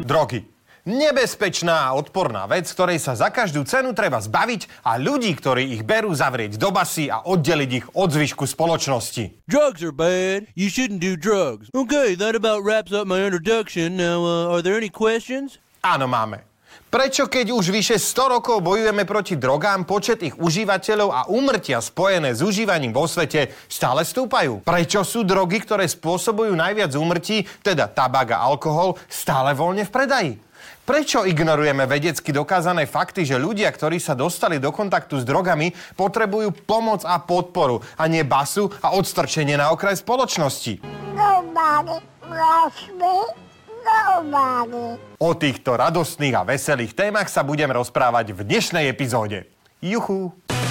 Drogy. Nebezpečná a odporná vec, ktorej sa za každú cenu treba zbaviť a ľudí, ktorí ich berú, zavrieť do basy a oddeliť ich od zvyšku spoločnosti. Drugs are bad. You shouldn't do drugs. Okay, that about wraps up my introduction. Now, are there any questions? Áno, máme. Prečo, keď už vyše 100 rokov bojujeme proti drogám, počet ich užívateľov a úmrtia spojené s užívaním vo svete stále stúpajú? Prečo sú drogy, ktoré spôsobujú najviac úmrtí, teda tabak a alkohol, stále voľne v predaji? Prečo ignorujeme vedecky dokázané fakty, že ľudia, ktorí sa dostali do kontaktu s drogami, potrebujú pomoc a podporu, a nie basu a odstrčenie na okraj spoločnosti? Nobody loves me. Nobody. O týchto radostných a veselých témach sa budem rozprávať v dnešnej epizóde. Juchu!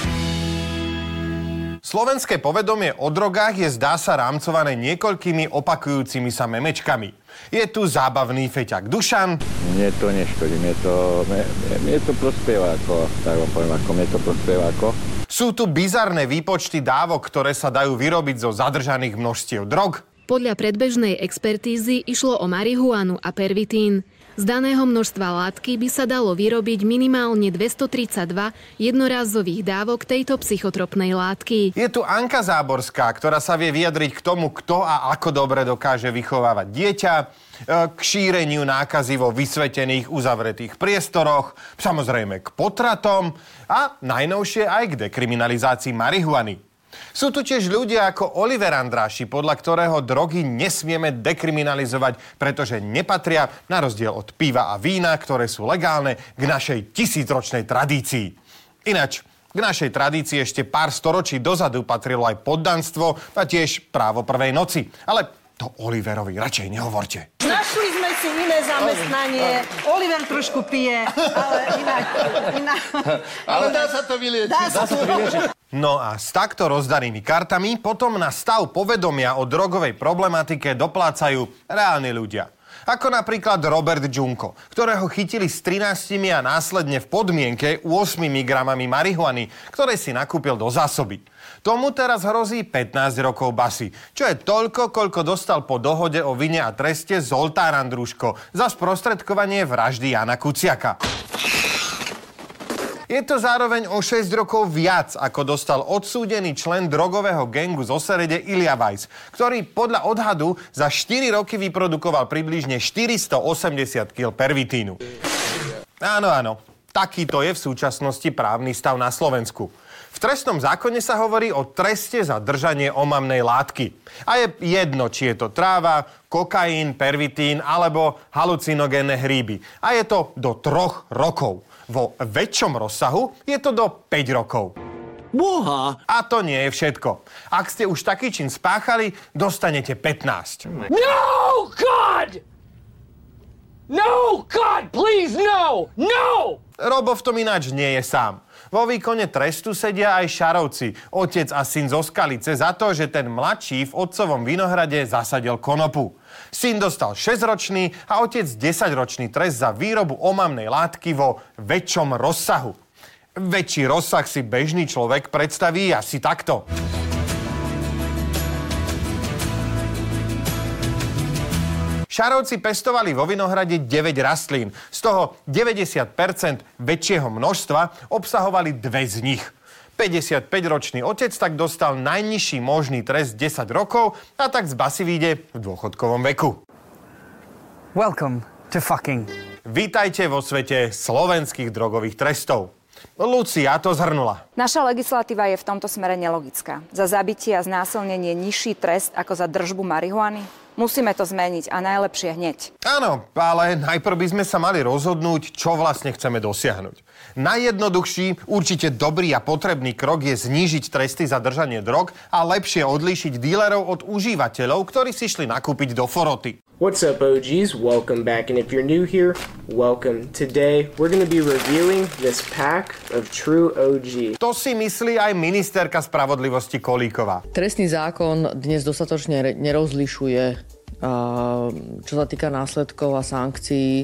Slovenské povedomie o drogách je zdá sa rámcované niekoľkými opakujúcimi sa memečkami. Je tu zábavný feťak Dušan. Mne to neškodí, mne to prospieva ako, tak vám poviem, ako mne to prospieva ako. Sú tu bizarné výpočty dávok, ktoré sa dajú vyrobiť zo zadržaných množstiev drog. Podľa predbežnej expertízy išlo o marihuanu a pervitín. Z daného množstva látky by sa dalo vyrobiť minimálne 232 jednorázových dávok tejto psychotropnej látky. Je tu Anka Záborská, ktorá sa vie vyjadriť k tomu, kto a ako dobre dokáže vychovávať dieťa, k šíreniu nákazy vo vysvetených uzavretých priestoroch, samozrejme k potratom a najnovšie aj k dekriminalizácii marihuany. Sú tu tiež ľudia ako Oliver Andráši, podľa ktorého drogy nesmieme dekriminalizovať, pretože nepatria, na rozdiel od piva a vína, ktoré sú legálne, k našej 1000-ročnej tradícii. Ináč, k našej tradícii ešte pár storočí dozadu patrilo aj poddanstvo a tiež právo prvej noci. Ale to Oliverovi radšej nehovorte. Našli sme si iné zamestnanie. Oliver trošku pije, ale inak. Ale dá sa to vyliečiť. Dá sa to vyliečiť. No a s takto rozdanými kartami potom na stav povedomia o drogovej problematike doplácajú reálni ľudia. Ako napríklad Robert Junko, ktorého chytili s 13 a následne v podmienke 8 gramami marihuany, ktoré si nakúpil do zásoby. Tomu teraz hrozí 15 rokov basy, čo je toľko, koľko dostal po dohode o vine a treste Zoltán Andruško za sprostredkovanie vraždy Jana Kuciaka. Je to zároveň o 6 rokov viac, ako dostal odsúdený člen drogového gangu zo Serede Ilja Weiss, ktorý podľa odhadu za 4 roky vyprodukoval približne 480 kg pervitínu. Áno, takýto je v súčasnosti právny stav na Slovensku. V trestnom zákone sa hovorí o treste za držanie omamnej látky. A je jedno, či je to tráva, kokain, pervitín alebo halucinogénne hríby. A je to do 3 rokov. Vo väčšom rozsahu je to do 5 rokov. Boha! A to nie je všetko. Ak ste už taký čin spáchali, dostanete 15. No, God! No, God, please, no! No! Robo v tom ináč nie je sám. Vo výkone trestu sedia aj Šarovci, otec a syn zo Skalice, za to, že ten mladší v otcovom vinohrade zasadil konopu. Syn dostal 6-ročný a otec 10-ročný trest za výrobu omamnej látky vo väčšom rozsahu. Väčší rozsah si bežný človek predstaví asi takto. Šarovci pestovali vo vinohrade 9 rastlín, z toho 90% väčšieho množstva obsahovali 2 z nich. 55-ročný otec tak dostal najnižší možný trest 10 rokov a tak z basy vyjde v dôchodkovom veku. Welcome to fucking. Vítajte vo svete slovenských drogových trestov. Lucia to zhrnula. Naša legislatíva je v tomto smere nelogická. Za zabitie a znásilnenie nižší trest ako za držbu marihuany? Musíme to zmeniť a najlepšie hneď. Áno, ale najprv by sme sa mali rozhodnúť, čo vlastne chceme dosiahnuť. Najjednoduchší, určite dobrý a potrebný krok je znížiť tresty za držanie drog a lepšie odlíšiť dílerov od užívateľov, ktorí si šli nakúpiť do Foroty. What's up, OGs? Welcome back, and if you're new here, welcome. Today, we're going to be reviewing this pack of True OG. To si myslí aj ministerka spravodlivosti Kolíková. Trestný zákon dnes dostatočne nerozlišuje, čo sa týka následkov a sankcií.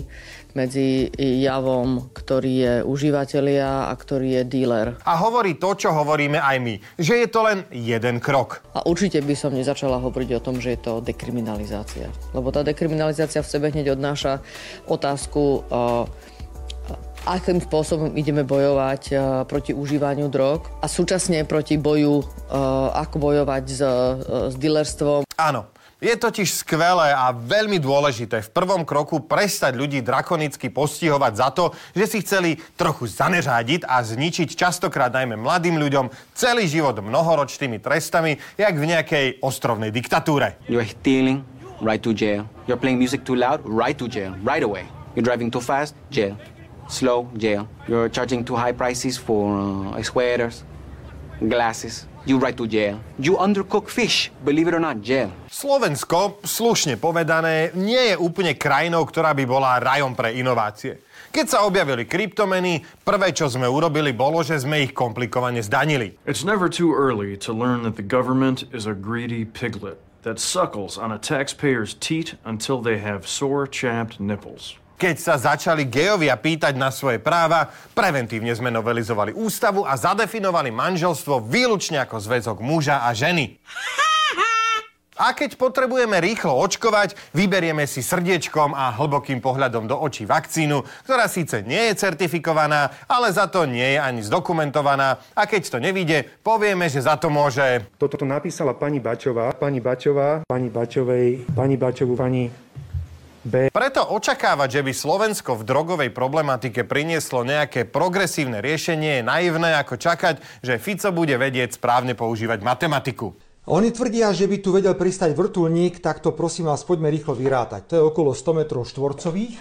medzi javom, ktorý je užívateľia a ktorý je dealer. A hovorí to, čo hovoríme aj my, že je to len jeden krok. A určite by som nezačala hovoriť o tom, že je to dekriminalizácia. Lebo tá dekriminalizácia v sebe hneď odnáša otázku, akým spôsobom ideme bojovať proti užívaniu drog a súčasne proti boju, ako bojovať s dealerstvom. Áno. Je totiž skvelé a veľmi dôležité v prvom kroku prestať ľudí drakonicky postihovať za to, že si chceli trochu zaneřádiť a zničiť častokrát najmä mladým ľuďom celý život mnohoročnými trestami, jak v nejakej ostrovnej diktatúre. You're stealing, right to jail. You're playing music too loud, right to jail, right away. You're driving too fast, jail. Slow, jail. You're charging too high prices for sweaters, glasses. You right to jail. You undercook fish, believe it or not, jail. Slovensko, slušne povedané, nie je úplne krajinou, ktorá by bola rajom pre inovácie. Keď sa objavili kryptomeny, prvé, čo sme urobili, bolo, že sme ich komplikovane zdanili. It's never too early to learn that the government is a greedy piglet that suckles on a taxpayer's teat until they have sore, chapped nipples. Keď sa začali gejovia pýtať na svoje práva, preventívne sme novelizovali ústavu a zadefinovali manželstvo výlučne ako zväzok muža a ženy. A keď potrebujeme rýchlo očkovať, vyberieme si srdiečkom a hlbokým pohľadom do očí vakcínu, ktorá síce nie je certifikovaná, ale za to nie je ani zdokumentovaná. A keď to nevyjde, povieme, že za to môže... Toto napísala pani Bačová, pani Bačovej, pani Bačovú, pani... B. Preto očakávať, že by Slovensko v drogovej problematike prinieslo nejaké progresívne riešenie, je naivné ako čakať, že Fico bude vedieť správne používať matematiku. Oni tvrdia, že by tu vedel pristať vrtuľník, tak to prosím vás poďme rýchlo vyrátať. To je okolo 100 metrov štvorcových.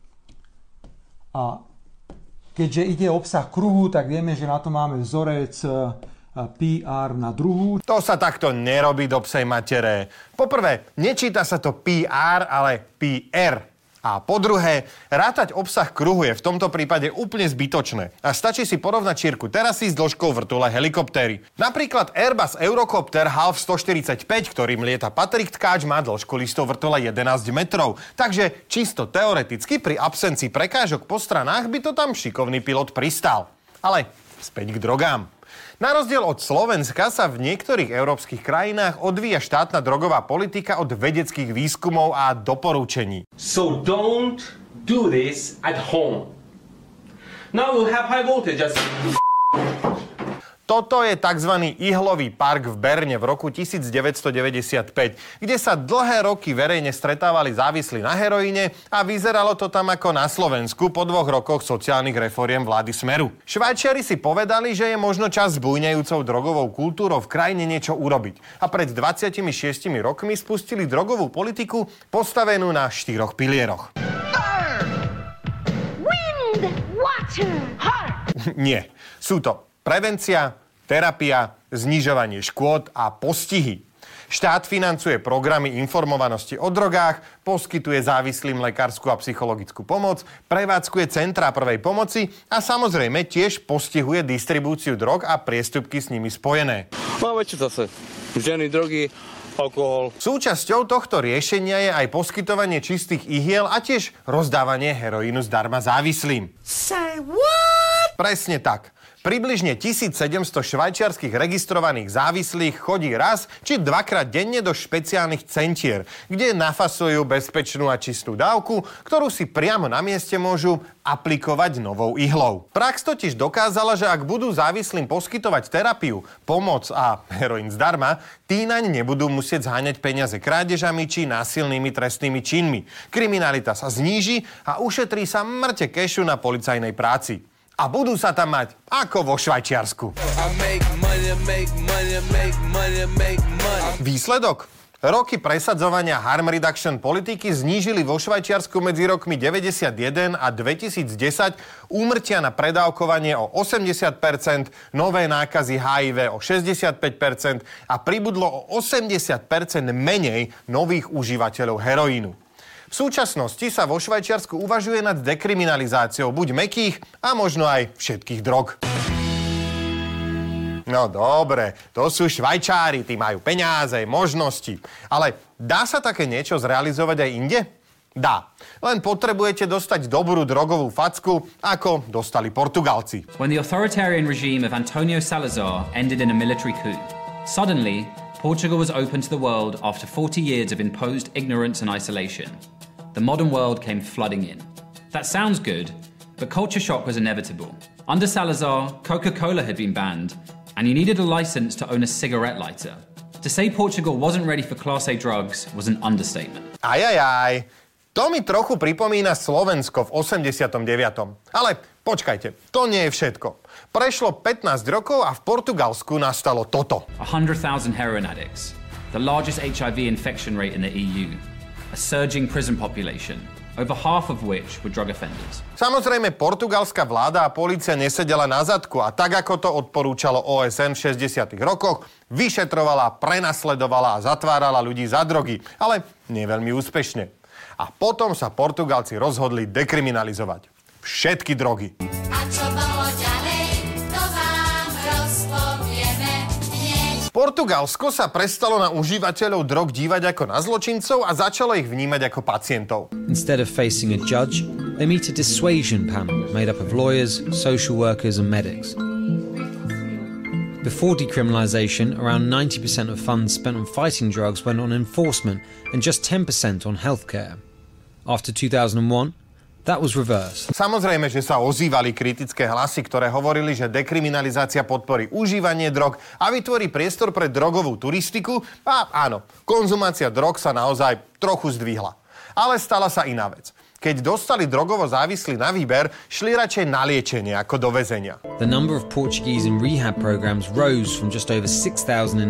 A keďže ide o obsah kruhu, tak vieme, že na to máme vzorec PR na druhu. To sa takto nerobí do psej matere. Poprvé, nečíta sa to PR, ale PR. A po druhé, rátať obsah kruhu je v tomto prípade úplne zbytočné. A stačí si porovnať šírku terasy s dĺžkou vrtule helikoptéry. Napríklad Airbus Eurocopter Half 145, ktorým lieta Patrik Tkáč, má dĺžku listov vrtule 11 metrov. Takže čisto teoreticky pri absencii prekážok po stranách by to tam šikovný pilot pristal. Ale späť k drogám. Na rozdiel od Slovenska sa v niektorých európskych krajinách odvíja štátna drogová politika od vedeckých výskumov a doporúčení. So don't do this at home. Now you have high voltage. Toto je tzv. Ihlový park v Berne v roku 1995, kde sa dlhé roky verejne stretávali závislí na heroíne a vyzeralo to tam ako na Slovensku po 2 rokoch sociálnych reforiem vlády Smeru. Švajčiari si povedali, že je možno čas s bujnejúcou drogovou kultúrou v krajine niečo urobiť a pred 26 rokmi spustili drogovú politiku postavenú na 4 pilieroch. Wind, water, heart. Nie, sú to prevencia, terapia, znižovanie škôd a postihy. Štát financuje programy informovanosti o drogách, poskytuje závislým lekárskú a psychologickú pomoc, prevádzkuje centrá prvej pomoci a samozrejme tiež postihuje distribúciu drog a priestupky s nimi spojené. Máme čo zase? Ženy, drogy, alkohol. Súčasťou tohto riešenia je aj poskytovanie čistých ihiel a tiež rozdávanie heroínu zdarma závislým. Say what? Presne tak. Približne 1700 švajčiarskych registrovaných závislých chodí raz či 2-krát denne do špeciálnych centier, kde nafasujú bezpečnú a čistú dávku, ktorú si priamo na mieste môžu aplikovať novou ihlou. Prax totiž dokázala, že ak budú závislým poskytovať terapiu, pomoc a heroín zdarma, tí naň nebudú musieť zháňať peniaze krádežami či násilnými trestnými činmi. Kriminalita sa zníži a ušetrí sa mŕte kešu na policajnej práci. A budú sa tam mať ako vo Švajčiarsku. Výsledok? Roky presadzovania harm reduction politiky znížili vo Švajčiarsku medzi rokmi 91 a 2010 úmrtia na predávkovanie o 80%, nové nákazy HIV o 65% a pribudlo o 80% menej nových užívateľov heroínu. V súčasnosti sa vo Švajčiarsku uvažuje nad dekriminalizáciou buď mäkkých a možno aj všetkých drog. No dobre, to sú Švajčári, tí majú peniaze, možnosti. Ale dá sa také niečo zrealizovať aj inde? Dá. Len potrebujete dostať dobrú drogovú facku, ako dostali Portugalci. When the authoritarian regime of António Salazar ended in a military coup, suddenly Portugal was open to the world after 40 years of imposed ignorance and isolation. The modern world came flooding in. That sounds good, but culture shock was inevitable. Under Salazar, Coca-Cola had been banned, and you needed a license to own a cigarette lighter. To say Portugal wasn't ready for Class A drugs was an understatement. Ajajaj, to mi trochu pripomína Slovensko v 89. Ale počkajte, to nie je všetko. Prešlo 15 rokov a v Portugalsku nastalo toto. 100,000 heroin addicts, the largest HIV infection rate in the EU, a surging prison population, over half of which were drug offenders. Samozrejme, portugalská vláda a polícia nesedela na zadku a tak, ako to odporúčalo OSN v 60. rokoch, vyšetrovala, prenasledovala a zatvárala ľudí za drogy, ale nie veľmi úspešne. A potom sa Portugalci rozhodli dekriminalizovať všetky drogy. A čo bolo ďalej, to vám rozpovieme hneď. Portugalsko sa prestalo na užívateľov drog dívať ako na zločincov a začalo ich vnímať ako pacientov. Instead of facing a judge, they meet a dissuasion panel made up of lawyers, social workers and medics. Before decriminalisation, around 90% of funds spent on fighting drugs went on enforcement and just 10% on healthcare. After 2001, that was reversed. Samozrejme, že sa ozývali kritické hlasy, ktoré hovorili, že dekriminalizácia podporí užívanie drog a vytvorí priestor pre drogovú turistiku a áno, konzumácia drog sa naozaj trochu zdvihla. Ale stala sa iná vec. Keď dostali drogovo závislí na výber, šli radšej na liečenie ako do väzenia. The number of Portuguese in rehab programs rose from just over 6,000 in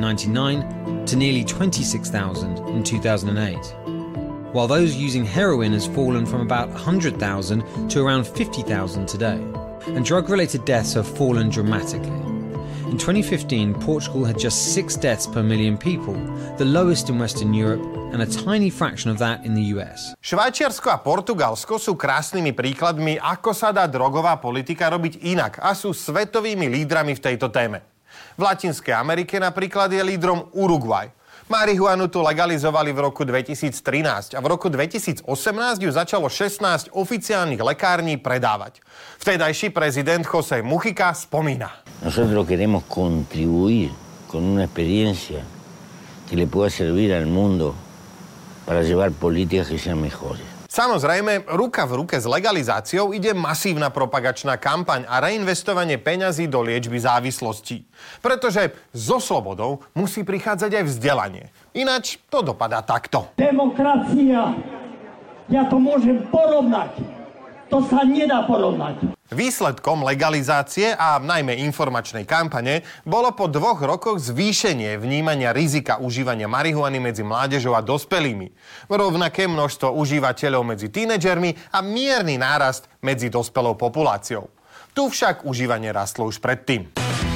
1999 to nearly 26,000 in 2008. While those using heroin has fallen from about 100,000 to around 50,000 today. And drug-related deaths have fallen dramatically. In 2015, Portugal had just 6 deaths per million people, the lowest in Western Europe, and a tiny fraction of that in the US. Švajčiarsko a Portugalsko sú krásnymi príkladmi, ako sa dá drogová politika robiť inak a sú svetovými lídrami v tejto téme. V Latinskej Amerike napríklad je lídrom Uruguay. Marihuanu tu legalizovali v roku 2013 a v roku 2018 ju začalo 16 oficiálnych lekární predávať. Vtedajší prezident José Mujica spomína. Nosotros queremos contribuir con una experiencia que le pueda servir al mundo para llevar políticas que sean mejores. Samozrejme, ruka v ruke s legalizáciou ide masívna propagačná kampaň a reinvestovanie peňazí do liečby závislostí. Pretože so slobodou musí prichádzať aj vzdelanie. Ináč to dopadá takto. Demokracia, ja to môžem porovnať. To sa nedá porovnať. Výsledkom legalizácie a najmä informačnej kampane bolo po 2 rokoch zvýšenie vnímania rizika užívania marihuany medzi mládežou a dospelými. Rovnaké množstvo užívateľov medzi tínedžermi a mierny nárast medzi dospelou populáciou. Tu však užívanie rastlo už predtým.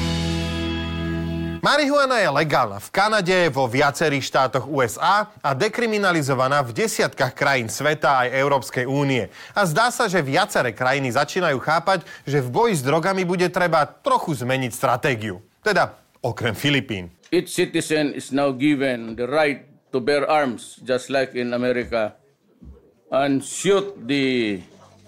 Marihuana je legálna v Kanade, vo viacerých štátoch USA a dekriminalizovaná v desiatkách krajín sveta aj Európskej únie. A zdá sa, že viaceré krajiny začínajú chápať, že v boji s drogami bude treba trochu zmeniť stratégiu. Teda okrem Filipín. Each citizen is now given the right to bear arms, just like in America, and shoot the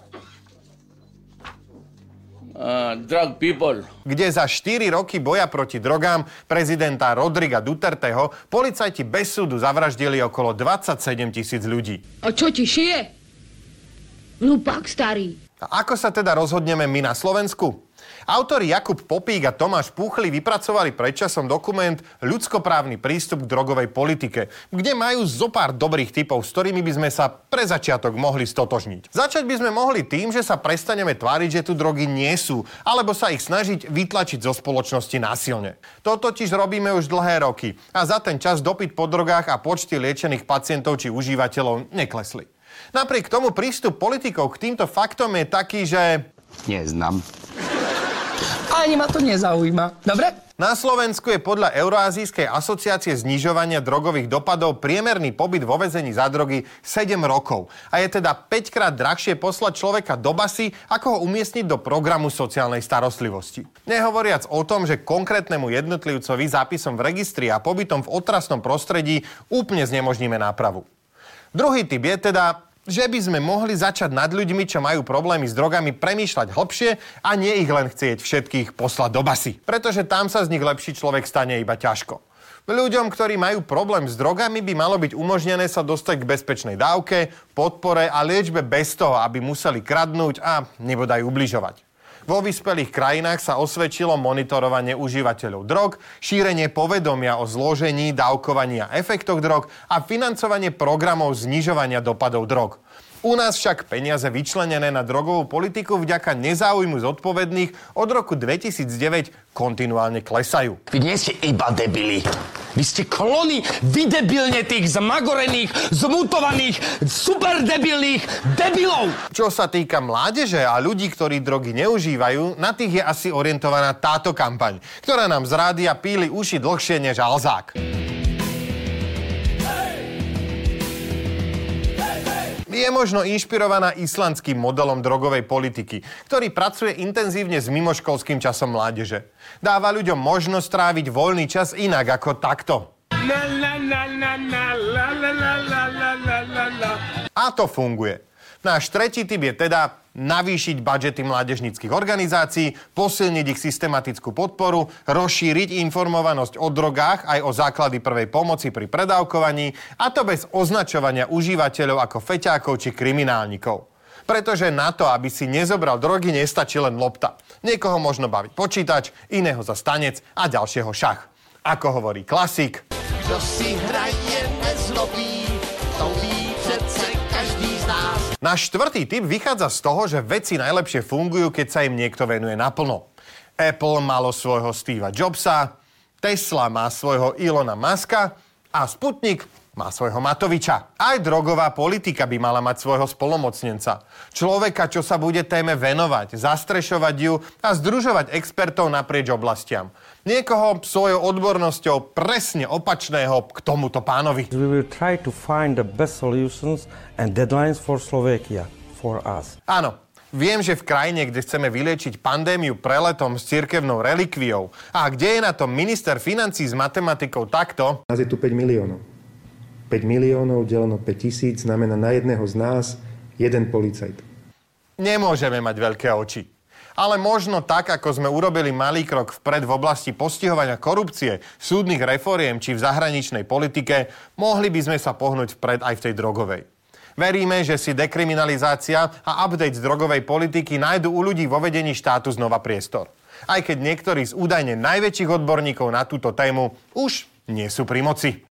drug people. Kde za 4 roky boja proti drogám prezidenta Rodriga Duterteho policajti bez súdu zavraždili okolo 27,000 ľudí. A čo ti šije? Hlupák starý. A ako sa teda rozhodneme my na Slovensku? Autori Jakub Popík a Tomáš Púchly vypracovali predčasom dokument Ľudskoprávny prístup k drogovej politike, kde majú zopár dobrých tipov, s ktorými by sme sa pre začiatok mohli stotožniť. Začať by sme mohli tým, že sa prestaneme tváriť, že tu drogy nie sú, alebo sa ich snažiť vytlačiť zo spoločnosti násilne. To totiž robíme už dlhé roky a za ten čas dopyt po drogách a počty liečených pacientov či užívateľov neklesli. Napriek tomu prístup politikov k týmto faktom je taký, že... Neznám. Ani ma to nezaujíma. Dobre? Na Slovensku je podľa Euroazijskej asociácie znižovania drogových dopadov priemerný pobyt vo väzení za drogy 7 rokov. A je teda 5-krát drahšie poslať človeka do basy, ako ho umiestniť do programu sociálnej starostlivosti. Nehovoriac o tom, že konkrétnemu jednotlivcovi zápisom v registri a pobytom v otrasnom prostredí úplne znemožníme nápravu. Druhý typ je teda že by sme mohli začať nad ľuďmi, čo majú problémy s drogami, premýšľať hlbšie a nie ich len chcieť všetkých poslať do basy. Pretože tam sa z nich lepší človek stane iba ťažko. Ľuďom, ktorí majú problém s drogami, by malo byť umožnené sa dostať k bezpečnej dávke, podpore a liečbe bez toho, aby museli kradnúť a nebodaj ubližovať. Vo vyspelých krajinách sa osvedčilo monitorovanie užívateľov drog, šírenie povedomia o zložení, dávkovaní a efektoch drog a financovanie programov znižovania dopadov drog. U nás však peniaze vyčlenené na drogovú politiku vďaka nezáujmu zodpovedných od roku 2009 kontinuálne klesajú. Vy nie ste iba debili. Vy ste klony vydebilnetých, zmagorených, zmutovaných, superdebilných debilov. Čo sa týka mládeže a ľudí, ktorí drogy neužívajú, na tých je asi orientovaná táto kampaň, ktorá nám z rádia píli uši dlhšie než Alzák. Je možno inšpirovaná islandským modelom drogovej politiky, ktorý pracuje intenzívne s mimoškolským časom mládeže. Dáva ľuďom možnosť tráviť voľný čas inak ako takto. A to funguje. Náš tretí tip je teda navýšiť budžety mládežníckych organizácií, posilniť ich systematickú podporu, rozšíriť informovanosť o drogách aj o základy prvej pomoci pri predávkovaní, a to bez označovania užívateľov ako feťákov či kriminálnikov. Pretože na to, aby si nezobral drogy, nestačí len lopta. Niekoho možno baviť počítač, iného za stanec a ďalšieho šach. Ako hovorí klasik: Kdo si hraje nezlobí, to ví přece každý z nás. Náš štvrtý tip vychádza z toho, že veci najlepšie fungujú, keď sa im niekto venuje naplno. Apple malo svojho Steva Jobsa, Tesla má svojho Elona Muska a Sputnik má svojho Matoviča. Aj drogová politika by mala mať svojho splnomocnenca. Človeka, čo sa bude téme venovať, zastrešovať ju a združovať expertov naprieč oblastiam. Niekoho svojou odbornosťou presne opačného k tomuto pánovi. We will try to find the best solutions and deadlines for Slovakia, for us. Áno, viem, že v krajine, kde chceme vyliečiť pandémiu preletom s cirkevnou relikviou a kde je na to minister financií s matematikou takto... Nás je tu 5 miliónov. 5 miliónov deleno 5 000 znamená na jedného z nás jeden policajt. Nemôžeme mať veľké oči. Ale možno tak, ako sme urobili malý krok vpred v oblasti postihovania korupcie, súdnych reforiem či v zahraničnej politike, mohli by sme sa pohnúť vpred aj v tej drogovej. Veríme, že si dekriminalizácia a update z drogovej politiky nájdu u ľudí vo vedení štátu znova priestor. Aj keď niektorí z údajne najväčších odborníkov na túto tému už nie sú pri moci.